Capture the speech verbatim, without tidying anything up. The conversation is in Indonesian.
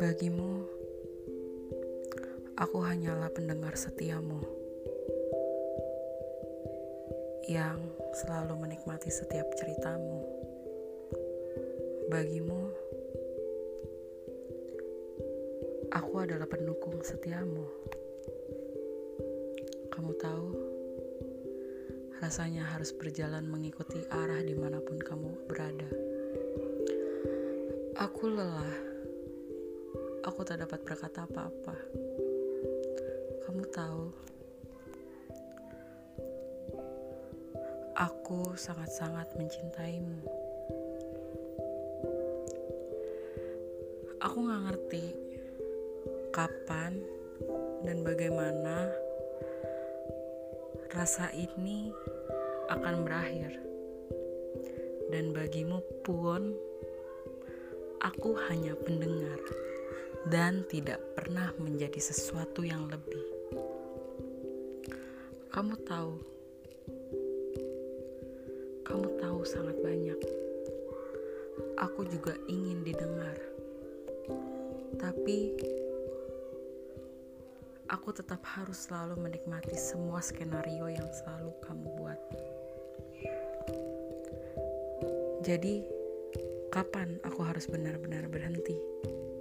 Bagimu, aku hanyalah pendengar setiamu yang selalu menikmati setiap ceritamu. Bagimu, aku adalah pendukung setiamu. Kamu tahu, rasanya harus berjalan mengikuti arah dimanapun kamu berada. Aku lelah. Aku tak dapat berkata apa-apa. Kamu tahu, aku sangat-sangat mencintaimu. Aku gak ngerti kapan dan bagaimana rasa ini akan berakhir. Dan bagimu pun, aku hanya pendengar dan tidak pernah menjadi sesuatu yang lebih. Kamu tahu, kamu tahu sangat banyak. Aku juga ingin didengar, tapi aku tetap harus selalu menikmati semua skenario yang selalu kamu buat. Jadi, kapan aku harus benar-benar berhenti?